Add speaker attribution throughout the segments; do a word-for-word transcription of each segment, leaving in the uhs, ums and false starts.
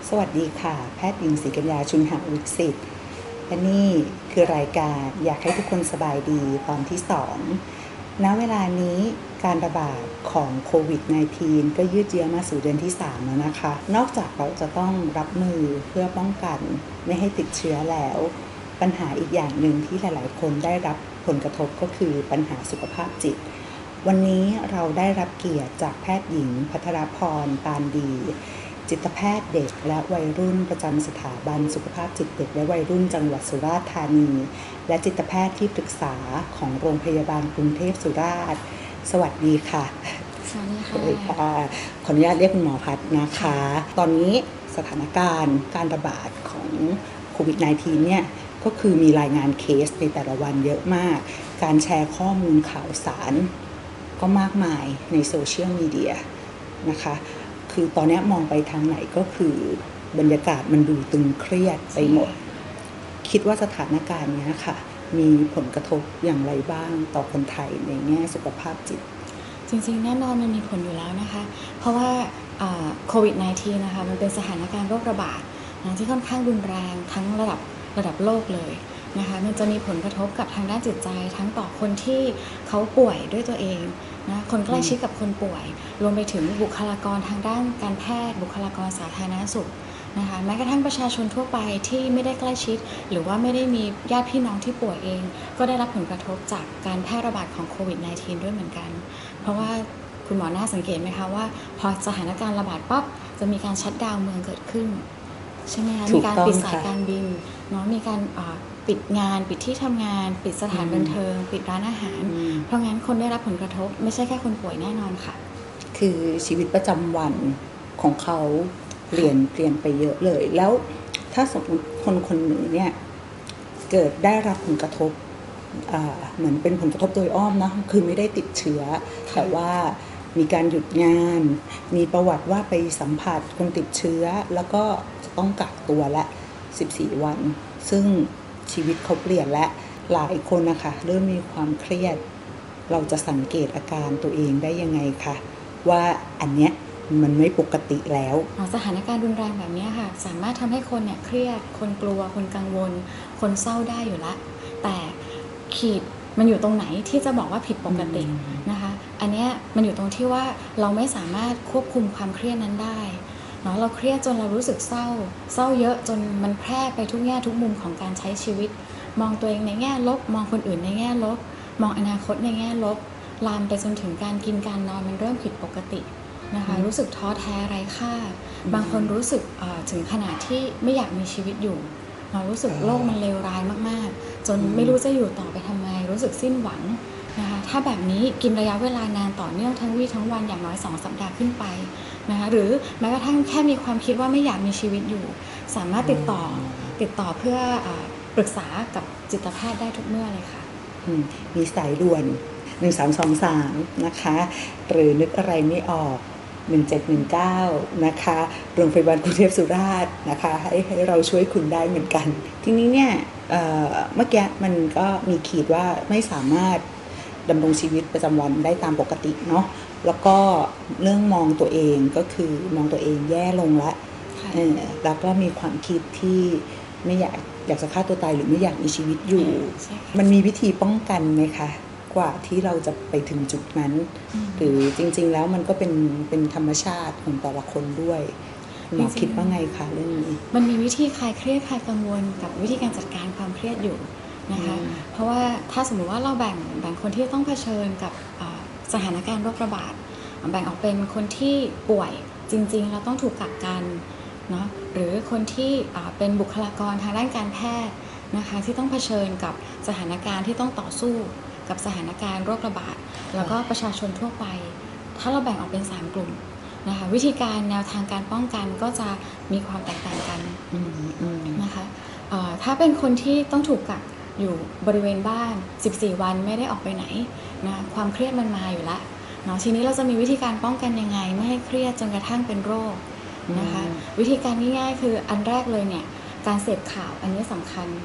Speaker 1: สวัสดีค่ะแพทย์หญิงศรีกัญญาชุนหวิสิทธิ์และนี่คือรายการอยากให้ทุกคนสบายดีตอนที่สองณเวลานี้การระบาดของโควิด สิบเก้า ก็ยืดเยื้อมาสู่เดือนที่สามแล้วนะคะนอกจากเราจะต้องรับมือเพื่อป้องกันไม่ให้ติดเชื้อแล้วปัญหาอีกอย่างหนึ่งที่หลายๆคนได้รับผลกระทบก็คือปัญหาสุขภาพจิตวันนี้เราได้รับเกียรติจากแพทย์หญิงภัทรพรปานดีจิตแพทย์เด็กและวัยรุ่นประจำสถาบันสุขภาพจิตเด็กและวัยรุ่นจังหวัดสุราษฎร์ธานีและจิตแพทย์ที่ปรึกษาของโรงพยาบาลกรุงเทพสุราษฎร์สวัสดีค่ะ
Speaker 2: สวัสดีค่ะ
Speaker 1: ขออนุญาตเรียกคุณหมอพัฒนะคะตอนนี้สถานการณ์การระบาดของโควิด สิบเก้า เนี่ยก็คือมีรายงานเคสในแต่ละวันเยอะมากการแชร์ข้อมูลข่าวสารก็มากมายในโซเชียลมีเดียนะคะคือตอนนี้มองไปทางไหนก็คือบรรยากาศมันดูตึงเครียดไปหมดคิดว่าสถานการณ์นี้ค่ะมีผลกระทบอย่างไรบ้างต่อคนไทยในแง่สุขภาพจิต
Speaker 2: จริงๆแน่นอนมันมีผลอยู่แล้วนะคะเพราะว่าโควิด สิบเก้า นะคะมันเป็นสถานการณ์โรคระบาดนะที่ค่อนข้างรุนแรงทั้งระดับระดับโลกเลยนะคะมันจะมีผลกระทบกับทางด้านจิตใจทั้งต่อคนที่เขาป่วยด้วยตัวเองนะคนใกล้ชิดกับคนป่วยรวมไปถึงบุคลากรทางด้านการแพทย์บุคลากรสาธารณสุขนะคะแม้กระทั่งประชาชนทั่วไปที่ไม่ได้ใกล้ชิดหรือว่าไม่ได้มีญาติพี่น้องที่ป่วยเองก็ได้รับผลกระทบจากการแพร่ระบาดของโควิด สิบเก้า ด้วยเหมือนกันเพราะว่าคุณหมอน่าสังเกตไหมคะว่าพอสถานการณ์ระบาดปั๊บจะมีการชัตดาวน์เมืองเกิดขึ้นใช่ไหมคะมีการปิดสายการบินเนาะมีการปิดงานปิดที่ทำงานปิดสถานบันเทิงปิดร้านอาหารเพราะงั้นคนได้รับผลกระทบไม่ใช่แค่คนป่วยแน่นอนค่ะ
Speaker 1: คือชีวิตประจำวันของเขาเปลี่ยนเปลี่ยนไปเยอะเลยแล้วถ้าสมมติคนคนหนึ่งเนี่ยเกิดได้รับผลกระทบเหมือนเป็นผลกระทบโดยอ้อมนะคือไม่ได้ติดเชื้อแต่ว่ามีการหยุดงานมีประวัติว่าไปสัมผัสคนติดเชื้อแล้วก็จะต้องกักตัวละสิบสี่วันซึ่งชีวิตเขาเปลี่ยนและหลายคนนะคะเริ่มมีความเครียดเราจะสังเกตอาการตัวเองได้ยังไงคะว่าอันเนี้ยมันไม่ปกติแล้ว
Speaker 2: สถานการณ์รุนแรงแบบนี้ค่ะสามารถทำให้คนเนี่ยเครียดคนกลัวคนกังวลคนเศร้าได้อยู่ละแต่ขีดมันอยู่ตรงไหนที่จะบอกว่าผิดปกตินะคะอันเนี้ยมันอยู่ตรงที่ว่าเราไม่สามารถควบคุมความเครียดนั้นได้เนาะเราเครียดจนเรารู้สึกเศร้าเศร้าเยอะจนมันแพร่ไปทุกแง่ทุกมุมของการใช้ชีวิตมองตัวเองในแง่ลบมองคนอื่นในแง่ลบมองอนาคตในแง่ลบลามไปจนถึงการกินการนอนมันเริ่มผิดปกตินะคะรู้สึกท้อแท้ไร้ค่าบางคนรู้สึกถึงขนาดที่ไม่อยากมีชีวิตอยู่เรารู้สึกโลกมันเลวร้ายมากๆจนไม่รู้จะอยู่ต่อไปทำไมรู้สึกสิ้นหวังนะคะถ้าแบบนี้กินระยะเวลานานต่อเนื่องทั้งวี่ทั้งวันอย่างน้อยสองสัปดาห์ขึ้นไปนะคะหรือแม้กระทั่งแค่มีความคิดว่าไม่อยากมีชีวิตอยู่สามารถติดต่อติดต่อเพื่อปรึกษากับจิตแพทย์ได้ทุกเมื่อเลยค่ะ
Speaker 1: มีสายด่วนหนึ่งสามสองสามนะคะหรือนึกอะไรไม่ออกหนึ่งเจ็ดหนึ่งเก้านะคะโรงพยาบาลกรุงเทพสุราษฎร์นะคะให้ให้เราช่วยคุณได้เหมือนกันทีนี้เนี่ย เ, เมื่อกี้มันก็มีขีดว่าไม่สามารถดำรงชีวิตประจำวันได้ตามปกติเนาะแล้วก็เรื่องมองตัวเองก็คือมองตัวเองแย่ลงละแล้วก็มีความคิดที่ไม่อยากอยากจะฆ่าตัวตายหรือไม่อยากมีชีวิตอยู่มันมีวิธีป้องกันไหมคะกว่าที่เราจะไปถึงจุดนั้นหรือจริงๆแล้วมันก็เป็นเป็นธรรมชาติของแต่ละคนด้วยหมอคิดว่าไงคะเรื่องนี้
Speaker 2: มันมีวิธีคลายเครียดคลายกังวลกับวิธีการจัดการความเครียดอยู่นะคะเพราะว่าถ้าสมมติว่าเราแบ่งแบ่งคนที่ต้องเผชิญกับสถานการณ์โรคระบาดแบ่งออกเป็นคนที่ป่วยจริงๆเราต้องถูกกักกันเนาะหรือคนที่เป็นบุคลากรทางด้านการแพทย์นะคะที่ต้องเผชิญกับสถานการณ์ที่ต้องต่อสู้กับสถานการณ์โรคระบาดแล้วก็ประชาชนทั่วไปถ้าเราแบ่งออกเป็นสามกลุ่มนะคะวิธีการแนวทางการป้องกันก็จะมีความแตกต่างกันนะคะถ้าเป็นคนที่ต้องถูกกักอยู่บริเวณบ้านสิบสี่วันไม่ได้ออกไปไหนนะความเครียดมันมาอยู่แล้วเนาะทีนี้เราจะมีวิธีการป้องกันยังไงไม่ให้เครียดจนกระทั่งเป็นโรคนะคะวิธีการง่ายๆคืออันแรกเลยเนี่ยการเสพข่าวอันนี้สำคัญ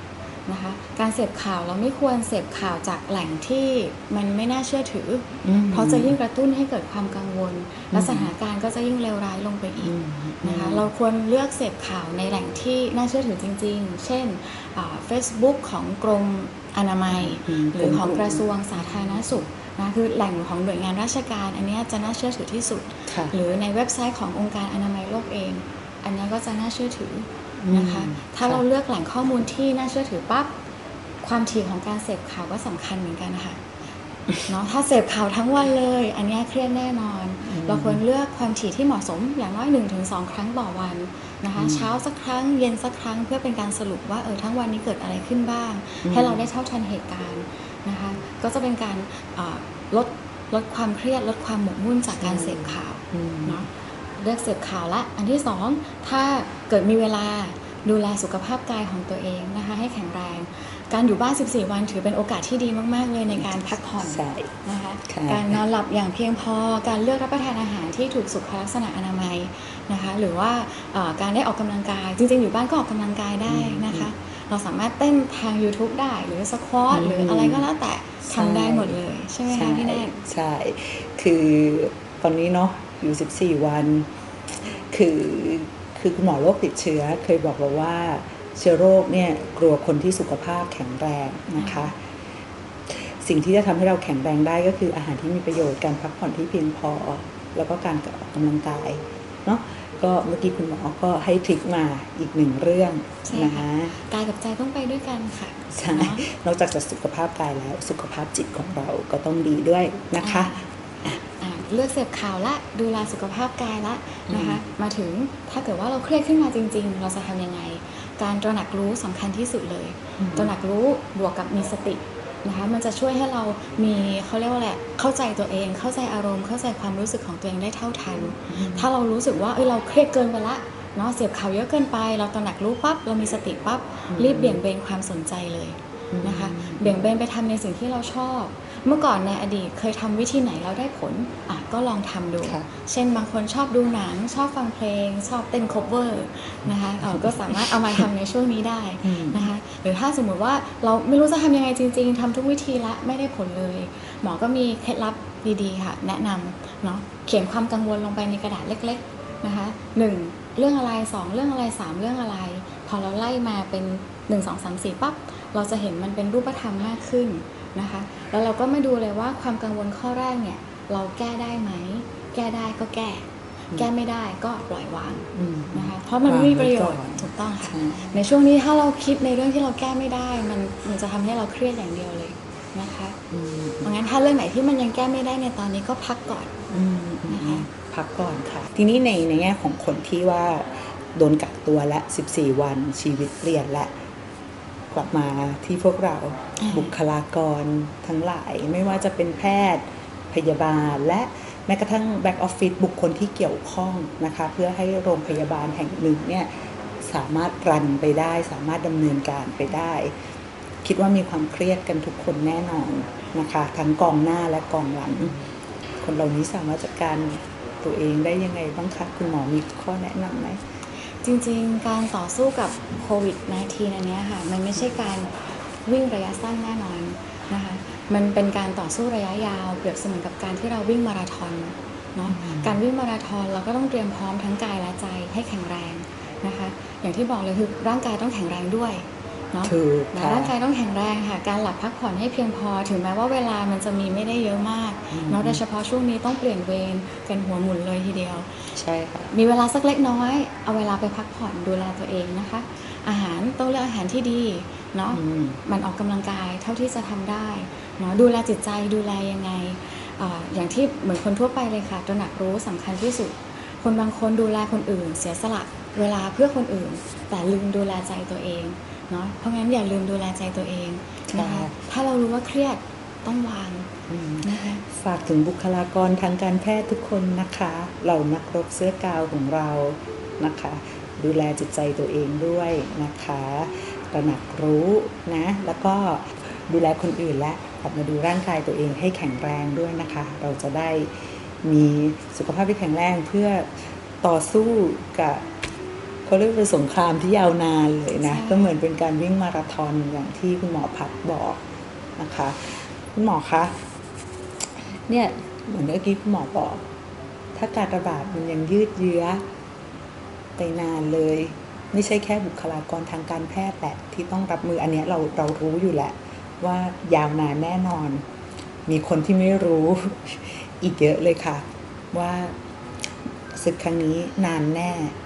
Speaker 2: นะคะการเสพข่าวเราไม่ควรเสพข่าวจากแหล่งที่มันไม่น่าเชื่อถืออเพราะจะยิ่งกระตุ้นให้เกิดความกังวลและสถานการณ์ก็จะยิ่งเลวร้ายลงไปอีกนะคะเราควรเลือกเสพข่าวในแหล่งที่น่าเชื่อถือจริงๆเช่นเฟซบุ๊กของกรมอนามัยหรือของกระทรวงสาธารณสุขนะคือแหล่งของหน่วยงานราชการอันนี้จะน่าเชื่อถือที่สุดหรือในเว็บไซต์ขององค์การอนามัยโลกเองอันนี้ก็จะน่าเชื่อถือนะคะถ้าเราเลือกแหล่งข้อมูลที่น่าเชื่อถือปั๊บความถี่ของการเสพข่าวก็สำคัญเหมือนกันนะคะเนาะถ้าเสพข่าวทั้งวันเลยอันนี้เครียดแน่นอนเราควรเลือกความถี่ที่เหมาะสมอย่างน้อย หนึ่งถึงสอง ครั้งต่อวันนะคะเช้าสักครั้งเย็นสักครั้งเพื่อเป็นการสรุปว่าเออทั้งวันนี้เกิดอะไรขึ้นบ้างให้เราได้เท่าทันเหตุการณ์นะคะก็จะเป็นการลดลดความเครียดลดความหมกมุ่นจากการเสพข่าวเนาะเลือกเสพข่าวละอันที่สองถ้าเกิดมีเวลาดูแลสุขภาพกายของตัวเองนะคะให้แข็งแรงการอยู่บ้านสิบสี่วันถือเป็นโอกาสที่ดีมากๆเลยในการพักผ่อนนะคะการนอนหลับอย่างเพียงพอการเลือกรับประทานอาหารที่ถูกสุขลักษณะอนามัยนะคะหรือว่าการได้ออกกำลังกายจริงๆอยู่บ้านก็ออกกำลังกายได้นะคะเราสามารถเต้นทาง YouTube ได้หรือสควอตหรืออะไรก็แล้วแต่ทำได้หมดเลยใช่ไหมคะพี่แนน
Speaker 1: ใช่คือตอนนี้เนาะอยู่สิบสี่วันคือคือคุณหมอโรคติดเชื้อเคยบอกเราว่าเชื้อโรคเนี่ยกลัวคนที่สุขภาพแข็งแรงนะคะสิ่งที่จะทำให้เราแข็งแรงได้ก็คืออาหารที่มีประโยชน์การพักผ่อนที่เพียงพอแล้วก็การออกกำลังกายเนาะก็เมื่อกี้คุณหมอก็ให้ทริคมาอีกหนึ่งเรื่องนะคะ
Speaker 2: กายกับใจต้องไปด้วยกันค่ะ
Speaker 1: ใช่นอกจากจะสุขภาพกายแล้วสุขภาพจิตของเราก็ต้องดีด้วยนะคะ
Speaker 2: เลือกเสพข่าวละดูแลสุขภาพกายละนะคะมาถึงถ้าเกิดว่าเราเครียดขึ้นมาจริงๆเราจะทำยังไงการตระหนักรู้สำคัญที่สุดเลยตระหนักรู้บวกกับมีสตินะคะมันจะช่วยให้เรามีเขาเรียกว่าอะไรเข้าใจตัวเองเข้าใจอารมณ์เข้าใจความรู้สึกของตัวเองได้เท่าทันถ้าเรารู้สึกว่าเอ้ยเราเครียดเกินไปละเนาะเสพข่าวเยอะเกินไปเราตระหนักรู้ปั๊บเรามีสติปั๊บรีบเบี่ยงเบนความสนใจเลยนะคะเบี่ยงเบนไปทำในสิ่งที่เราชอบเมื่อก่อนในอดีตเคยทำวิธีไหนแล้วได้ผลอ่ะก็ลองทำดูเช่นบางคนชอบดูหนังชอบฟังเพลงชอบเต้น cover นะคะเออก็สามารถเอามาทำในช่วงนี้ได้นะคะหรือถ้าสมมุติว่าเราไม่รู้จะทำยังไงจริงๆทำทุกวิธีละไม่ได้ผลเลยหมอก็มีเคล็ดลับดีๆค่ะแนะนำเนาะเขียนความกังวลลงไปในกระดาษเล็กๆนะคะหนึ่งเรื่องอะไรสองเรื่องอะไรสามเรื่องอะไรพอเราไล่มาเป็นหนึ่ง สอง สาม สี่ปั๊บเราจะเห็นมันเป็นรูปธรรมมากขึ้นนะคะแล้วเราก็มาดูเลยว่าความกังวลข้อแรกเนี่ยเราแก้ได้ไหมแก้ได้ก็แก้แก้ไม่ได้ก็ปล่อยวางนะคะเพราะมันไม่มีประโยชน์ถูกต้องค่ะในช่วงนี้ถ้าเราคิดในเรื่องที่เราแก้ไม่ได้มันมันจะทำให้เราเครียดอย่างเดียวเลยนะคะเพราะงั้นถ้าเรื่องไหนที่มันยังแก้ไม่ได้ในตอนนี้ก็พักก่อนนะคะ
Speaker 1: พักก่อนค่ะทีนี้ในในแง่ของคนที่ว่าโดนกักตัวและสิบสี่วันชีวิตเปลี่ยนและกลับมาที่พวกเราบุคลากรทั้งหลายไม่ว่าจะเป็นแพทย์พยาบาลและแม้กระทั่งแบ็กออฟฟิศบุคคลที่เกี่ยวข้องนะคะเพื่อให้โรงพยาบาลแห่งหนึ่งเนี่ยสามารถรันไปได้สามารถดำเนินการไปได้คิดว่ามีความเครียดกันทุกคนแน่นอนนะคะทั้งกองหน้าและกองหลังคนเหล่านี้สามารถจัดการตัวเองได้ยังไงบ้างคะคุณหมอมีข้อแนะนำไหม
Speaker 2: จริงๆการต่อสู้กับโควิด สิบเก้า อันนี้ค่ะมันไม่ใช่การวิ่งระยะสั้นแน่นอนนะคะมันเป็นการต่อสู้ระยะยาวเปรียบเสมือนกับการที่เราวิ่งมาราธอนเนาะการวิ่งมาราธอนเราก็ต้องเตรียมพร้อมทั้งกายและใจให้แข็งแรงนะคะอย่างที่บอกเลยคือร่างกายต้องแข็งแรงด้วยเนาะร่างกายต้องแข็งแรงค่ะการหลับพักผ่อนให้เพียงพอถึงแม้ว่าเวลามันจะมีไม่ได้เยอะมากเนาะโดยเฉพาะช่วงนี้ต้องเปลี่ยนเวรกันหัวหมุนเลยทีเดียว
Speaker 1: ใช่ค่ะ
Speaker 2: มีเวลาสักเล็กน้อยเอาเวลาไปพักผ่อนดูแลตัวเองนะคะอาหารต้องเลือกอาหารที่ดีเนาะมันออกกำลังกายเท่าที่จะทำได้เนาะดูแลจิตใจดูแลยังไง อ, อย่างที่เหมือนคนทั่วไปเลยค่ะตระหนักรู้สำคัญที่สุดคนบางคนดูแลคนอื่นเสียสละเวลาเพื่อคนอื่นแต่ลืมดูแลใจตัวเองเนาะเพราะงั้นอย่าลืมดูแลใจตัวเองนะคะถ้าเรารู้ว่าเครียดต้องวางนะคะ
Speaker 1: ฝากถึงบุคลากรทางการแพทย์ทุกคนนะคะเรานักรบเสื้อกาวของเรานะคะดูแลจิตใจตัวเองด้วยนะคะตระหนักรู้นะแล้วก็ดูแลคนอื่นและกลับมาดูร่างกายตัวเองให้แข็งแรงด้วยนะคะเราจะได้มีสุขภาพที่แข็งแรงเพื่อต่อสู้กับโคเขาเรียกเป็นสงครามที่ยาวนานเลยนะ
Speaker 2: ใช่
Speaker 1: ก็เหมือนเป็นการวิ่งมาราธอนอย่างที่คุณหมอพัดบอกนะคะคุณหมอคะเนี่ยเหมือนเมื่อกี้คุณหมอบอกถ้าการระบาดมันยังยืดเยื้อไปนานเลย ไม่ใช่แค่บุคลากรทางการแพทย์แหละที่ต้องรับมืออันเนี้ยเราเรารู้อยู่แหละว่ายาวนานแน่นอน มีคนที่ไม่รู้ อีกเยอะเลยค่ะว่าศึกครั้งนี้นานแน่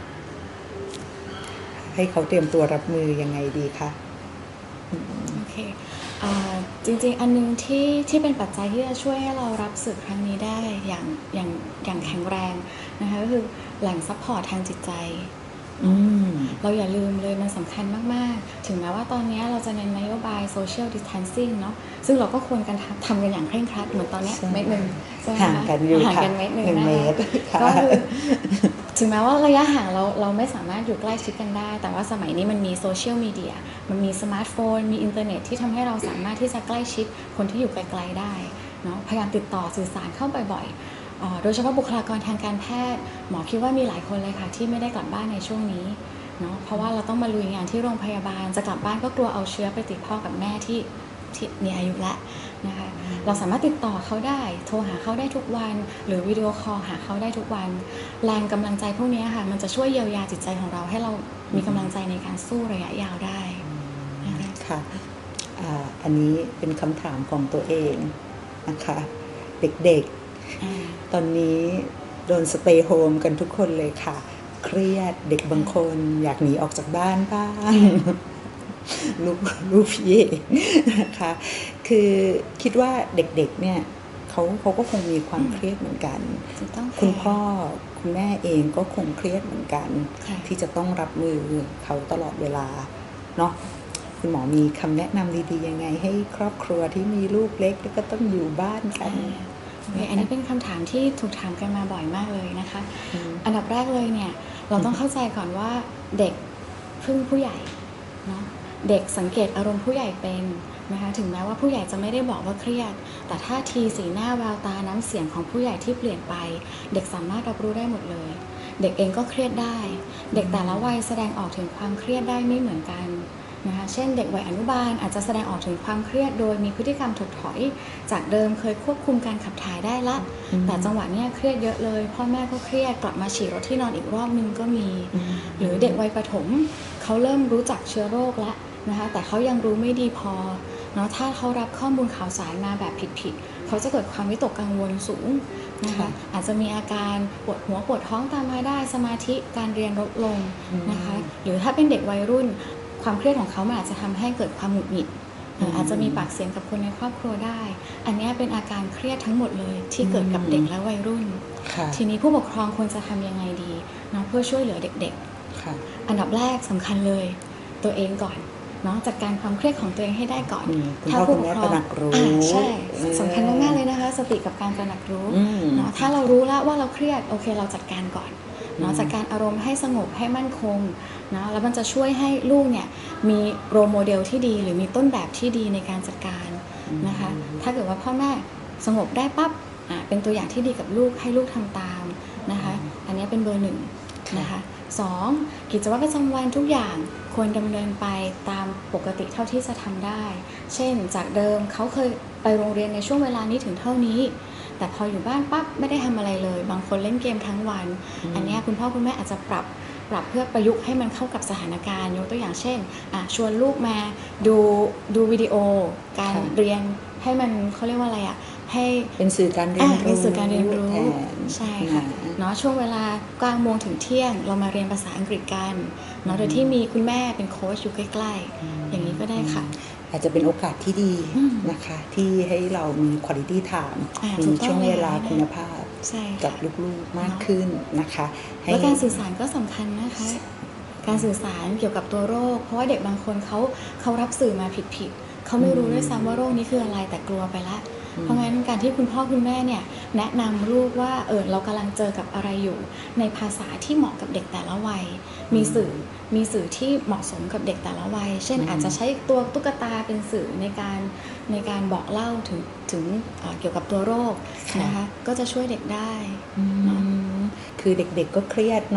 Speaker 1: ให้เขาเตรียมตัวรับมือยังไงดีคะ
Speaker 2: โอเคอ่าจริงๆ อันนึงที่ที่เป็นปัจจัยที่จะช่วยให้เรารับศึกครั้งนี้ได้อย่างอย่างอย่างแข็งแรงนะคะก็คือแหล่งซัพพอร์ตทางจิตใจ
Speaker 1: อืม
Speaker 2: เราอย่าลืมเลยมันสำคัญมากๆ ถึงแม้ว่าตอนนี้เราจะเน้นนโยบาย social distancing เนาะซึ่งเราก็ควรกันทำทำกันอย่างเคร่งครัดเหมือนตอนเนี้ย
Speaker 1: ใช่
Speaker 2: เม็ดหนึ่งใช่ไหม
Speaker 1: ห่าง
Speaker 2: คะ
Speaker 1: กันอยู่
Speaker 2: ห่าง
Speaker 1: ค่ะ
Speaker 2: กันเม็ดหนึ่ง
Speaker 1: หนึ่ง
Speaker 2: นะ
Speaker 1: เม
Speaker 2: คะ
Speaker 1: ตรค่ะ
Speaker 2: ก็คือถึงแม้ว่าระยะห่างเราเราไม่สามารถอยู่ใกล้ชิดกันได้ แต่ว่าสมัยนี้มันมีโซเชียลมีเดียมันมีสมาร์ทโฟนมีอินเทอร์เน็ตที่ทำให้เราสามารถที่จะใกล้ชิดคนที่อยู่ไกลๆได้เนาะพยายามติดต่อสื่อสารเข้าบ่อยๆอ่าโดยเฉพาะบุคลากรทางการแพทย์หมอคิดว่ามีหลายคนเลยค่ะที่ไม่ได้กลับบ้านในช่วงนี้เนาะเพราะว่าเราต้องมาลุยงานที่โรงพยาบาลจะกลับบ้านก็กลัวเอาเชื้อไปติดพ่อกับแม่ที่ที่มีอายุแล้วนะคะเราสามารถติดต่อเขาได้โทรหาเขาได้ทุกวันหรือวิดีโอคอลหาเขาได้ทุกวันแรงกำลังใจพวกนี้ค่ะมันจะช่วยเยียวยาจิตใจของเราให้เรามีกำลังใจในการสู้ระยะยาวได้นะคะ
Speaker 1: ค่ะอ่าอันนี้เป็นคำถามของตัวเองนะคะ เด็ก
Speaker 2: อ่า
Speaker 1: ๆ ตอนนี้โดนสเตย์โฮมกันทุกคนเลยค่ะ เครียดเด็กบางคนอยากหนีออกจากบ้านบ้าง ลูกลูกพี่นะคะ คือคิดว่าเด็กๆเนี่ยเขาเขาก็คงมีความเครียดเหมือนกัน
Speaker 2: ถูกต้องค่ะ
Speaker 1: คุณพ่อคุณแม่เองก็คงเครียดเหมือนกัน
Speaker 2: ค่ะ
Speaker 1: ที่จะต้องรับมือเขาตลอดเวลาเนาะคุณหมอมีคำแนะนำดีๆยังไงให้ครอบครัวที่มีลูกเล็กแล้วก็ต้องอยู่บ้านกัน
Speaker 2: โอเคอันนี้เป็นคำถามที่ถูกถามกันมาบ่อยมากเลยนะคะ
Speaker 1: อืม
Speaker 2: อันดับแรกเลยเนี่ยเราต้องเข้าใจก่อนว่าเด็กพึ่งผู้ใหญ่เนาะเด็กสังเกตอารมณ์ผู้ใหญ่เป็นนะคะถึงแม้ว่าผู้ใหญ่จะไม่ได้บอกว่าเครียด แต่ท่าทีสีหน้าแววตาน้ำเสียงของผู้ใหญ่ที่เปลี่ยนไป เด็กสามารถรับรู้ได้หมดเลย เด็กเองก็เครียดได้ เด็กแต่ละวัยแสดงออกถึงความเครียดได้ไม่เหมือนกันนะคะเช่นเด็กวัยอนุบาลอาจจะแสดงออกถึงความเครียดโดยมีพฤติกรรมถดถอย จากเดิมเคยควบคุมการขับถ่ายได้ละ
Speaker 1: อืม
Speaker 2: แต่จังหวะเนี้ยเครียดเยอะเลยพ่อแม่ก็เครียดกลับมาฉี่รถที่นอนอีกรอบนึงก็มี หรือเด็กวัยประถมเขาเริ่มรู้จักเชื้อโรคแล้วนะคะแต่เขายังรู้ไม่ดีพอเนาะถ้าเขารับข้อมูลข่าวสารมาแบบผิดๆเขาจะเกิดความวิตกกังวลสูงนะคะ
Speaker 1: ค่ะ
Speaker 2: อาจจะมีอาการปวดหัวปวดท้องตามมาได้สมาธิการเรียนลดลงนะคะหรือถ้าเป็นเด็กวัยรุ่นความเครียดของเขามันอาจจะทำให้เกิดความหงุดหงิดเอ่ออาจจะมีปากเสียงกับคนในครอบครัวได้ อันเนี้ยเป็นอาการเครียดทั้งหมดเลยที่เกิดกับเด็กและวัยรุ่น
Speaker 1: ค่ะ
Speaker 2: ทีนี้ผู้ปกครองควรจะทำยังไงดีเนาะเพื่อช่วยเหลือเด็ก
Speaker 1: ค่ะ
Speaker 2: ๆ อันดับแรกสำคัญเลยตัวเองก่อนเนาะจัดการความเครียดของตัวเองให้ได้ก่อน
Speaker 1: อืมคุณพ่อคุณแม่ตระหนักรู้
Speaker 2: อ่าใช่
Speaker 1: เออ
Speaker 2: สำคัญมากๆเลยนะคะสติกับการตระหนักรู้
Speaker 1: อืม
Speaker 2: เนาะถ้าเรารู้แล้วว่าเราเครียดโอเคเราจัดการก่อนเนาะ
Speaker 1: อืม
Speaker 2: จัดการอารมณ์ให้สงบให้มั่นคงนะแล้วมันจะช่วยให้ลูกเนี่ยมีโรลโมเดลที่ดีหรือมีต้นแบบที่ดีในการจัดการนะคะถ้าเกิดว่าพ่อแม่สงบได้ปั๊บอ่ะเป็นตัวอย่างที่ดีกับลูกให้ลูกทำตามนะคะอันนี้เป็นเบอร์หนึ่งนะคะสองกิจวัตรประจำวันทุกอย่างควรดำเนินไปตามปกติเท่าที่จะทำได้ เช่นจากเดิมเขาเคยไปโรงเรียนในช่วงเวลานี้ถึงเท่านี้ แต่พออยู่บ้านปั๊บไม่ได้ทำอะไรเลย บางคนเล่นเกมทั้งวัน อันเนี้ยคุณพ่อคุณแม่อาจจะปรับปรับเพื่อประยุกต์ให้มันเข้ากับสถานการณ์ยกตัวอย่างเช่นอ่ะชวนลูกมาดูดูวิดีโอการ
Speaker 1: ค่ะ
Speaker 2: เรียนให้มันเขาเรียกว่าอะไรอ่ะให้
Speaker 1: เป็นสื่อการเรียน
Speaker 2: อ่ะ
Speaker 1: รู้
Speaker 2: เป็นสื่อการเรียนรู้
Speaker 1: แทน
Speaker 2: ใช่ค่ะ
Speaker 1: น
Speaker 2: เนาะช่วงเวลาเก้าโมงถึงเที่ยงเรามาเรียนภาษาอังกฤษกันเนาะโดยที่มีคุณแม่เป็นโค้ชอยู่ใกล้ๆ อย่างนี้ก็ได้ค่ะ
Speaker 1: อาจจะเป็นโอกาสที่ดี
Speaker 2: อืม
Speaker 1: นะคะ ที่ให้เรามี quality time
Speaker 2: อ่า
Speaker 1: มี
Speaker 2: ถูกต้อง
Speaker 1: ช่วงเวลา
Speaker 2: เลยนะ
Speaker 1: คุณภาพ
Speaker 2: ใช่
Speaker 1: กับ
Speaker 2: ค่ะ
Speaker 1: ลูกๆมากขึ้นนะคะให้
Speaker 2: แล้วการสื่อสารก็สำคัญนะคะ การสื่อสารเกี่ยวกับตัวโรค เพราะว่าเด็กบางคนเขาเขารับสื่อมาผิดๆเขาไม่รู้ด้วยซ้ำว่าโรคนี้คืออะไรแต่กลัวไปละ เพราะงั้นการที่คุณพ่อคุณแม่เนี่ยแนะนำลูกว่าเออเรากำลังเจอกับอะไรอยู่ ในภาษาที่เหมาะกับเด็กแต่ละวัย มีสื่อมีสื่อที่เหมาะสมกับเด็กแต่ละวัย เช่น
Speaker 1: อืม
Speaker 2: อาจจะใช้ตัวตุ๊กตาเป็นสื่อในการในการบอกเล่าถึงถึงเอ่อเกี่ยวกับตัวโรคนะคะก็จะช่วยเด็กได้
Speaker 1: อืมคือเด็กๆก็เครียดเนาะ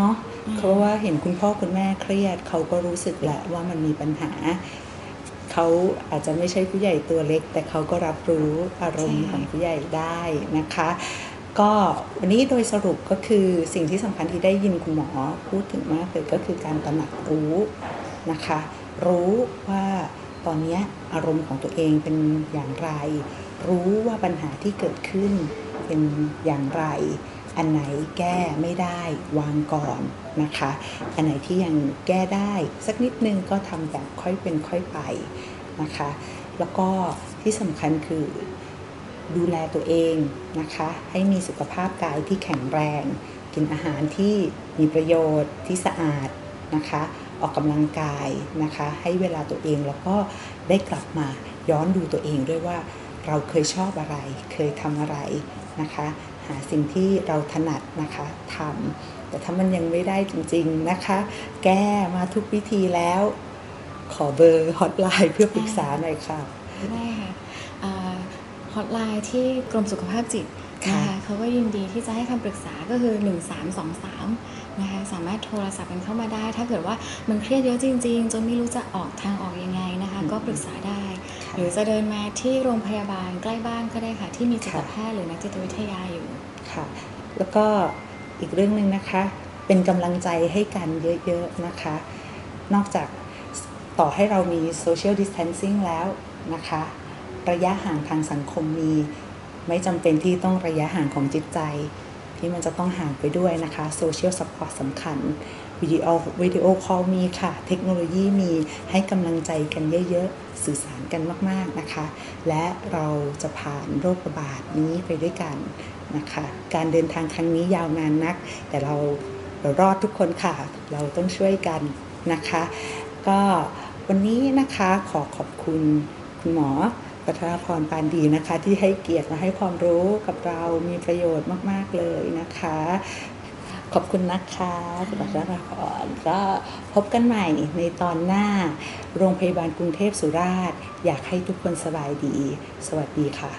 Speaker 1: เพราะว่าเห็นคุณพ่อคุณแม่เครียดเขาก็รู้สึกแหละว่ามันมีปัญหาเขาอาจจะไม่ใช่ผู้ใหญ่ตัวเล็กแต่เขาก็รับรู้อารมณ์ของผู้ใหญ่ได้นะคะก็วันนี้โดยสรุปก็คือสิ่งที่สำคัญที่ได้ยินคุณหมอพูดถึงมากเลยก็คือการตระหนักรู้นะคะรู้ว่าตอนนี้อารมณ์ของตัวเองเป็นอย่างไรรู้ว่าปัญหาที่เกิดขึ้นเป็นอย่างไรอันไหนแก้ไม่ได้วางก่อนนะคะอันไหนที่ยังแก้ได้สักนิดนึงก็ทำแบบค่อยเป็นค่อยไปนะคะแล้วก็ที่สำคัญคือดูแลตัวเองนะคะให้มีสุขภาพกายที่แข็งแรงกินอาหารที่มีประโยชน์ที่สะอาดนะคะออกกำลังกายนะคะให้เวลาตัวเองแล้วก็ได้กลับมาย้อนดูตัวเองด้วยว่าเราเคยชอบอะไรเคยทำอะไรนะคะหาสิ่งที่เราถนัดนะคะทำแต่ถ้ามันยังไม่ได้จริงๆนะคะแก้มาทุกวิธีแล้วขอเบอร์ฮอตไลน์เพื่อปรึกษาหน่อยค่ะ
Speaker 2: ได้ค่ะฮอตไลน์ที่กรมสุขภาพจิตนะคะเขาก็ยินดีที่จะให้คำปรึกษาก็คือหนึ่งสามสองสามนะคะสามารถโทรศัพท์กันเข้ามาได้ถ้าเกิดว่ามันเครียดเยอะจริงๆจนไม่รู้จะออกทางออกยังไงนะคะก็ปรึกษาได้หรือจะเดินมาที่โรงพยาบาลใกล้บ้านก็ได้ค่ะที่มีจิตแพทย์หรือนักจิตวิทยาอยู่
Speaker 1: ค่ะแล้วก็อีกเรื่องนึงนะคะเป็นกำลังใจให้กันเยอะๆนะคะนอกจากต่อให้เรามี social distancing แล้วนะคะระยะห่างทางสังคมมีไม่จำเป็นที่ต้องระยะห่างของจิตใจที่มันจะต้องห่างไปด้วยนะคะ social support สำคัญวิดีโอวิดีโอคอลมีค่ะเทคโนโลยีมีให้กำลังใจกันเยอะๆสื่อสารกันมากๆนะคะและเราจะผ่านโรคระบาดนี้ไปด้วยกันนะคะการเดินทางครั้งนี้ยาวนานนักแต่เราเรารอดทุกคนค่ะเราต้องช่วยกันนะคะก็วันนี้นะคะขอขอบคุณคุณหมอปัทรพรปานดีนะคะที่ให้เกียรติมาให้ความรู้กับเรามีประโยชน์มากๆเลยนะคะขอบคุณนะคะคุณปัทรพรก็พบกันใหม่ในตอนหน้าโรงพยาบาลกรุงเทพสุราษฎร์อยากให้ทุกคนสบายดีสวัสดีค่ะ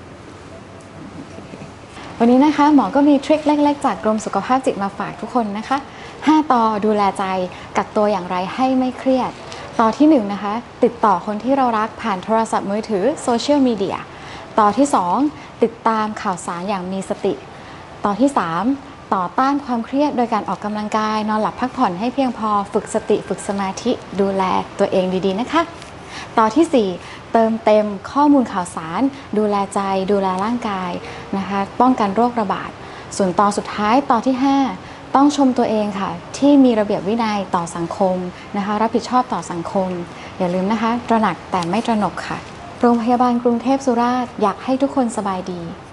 Speaker 2: วันนี้นะคะหมอก็มีทริคเล็กๆจากกรมสุขภาพจิตมาฝากทุกคนนะคะห้าต่อดูแลใจกักตัวอย่างไรให้ไม่เครียดต่อที่หนึ่งนะคะติดต่อคนที่เรารักผ่านโทรศัพท์มือถือโซเชียลมีเดียต่อที่สองติดตามข่าวสารอย่างมีสติต่อที่สามต่อต้านความเครียดโดยการออกกำลังกายนอนหลับพักผ่อนให้เพียงพอฝึกสติฝึกสมาธิดูแลตัวเองดีๆนะคะต่อที่สี่เติมเต็มข้อมูลข่าวสารดูแลใจดูแลร่างกายนะคะป้องกันโรคระบาดส่วนต่อสุดท้ายต่อที่ห้าต้องชมตัวเองค่ะที่มีระเบียบวินัยต่อสังคมนะคะรับผิดชอบต่อสังคมอย่าลืมนะคะตระหนักแต่ไม่ตระหนกค่ะโรงพยาบาลกรุงเทพสุราษฎร์อยากให้ทุกคนสบายดี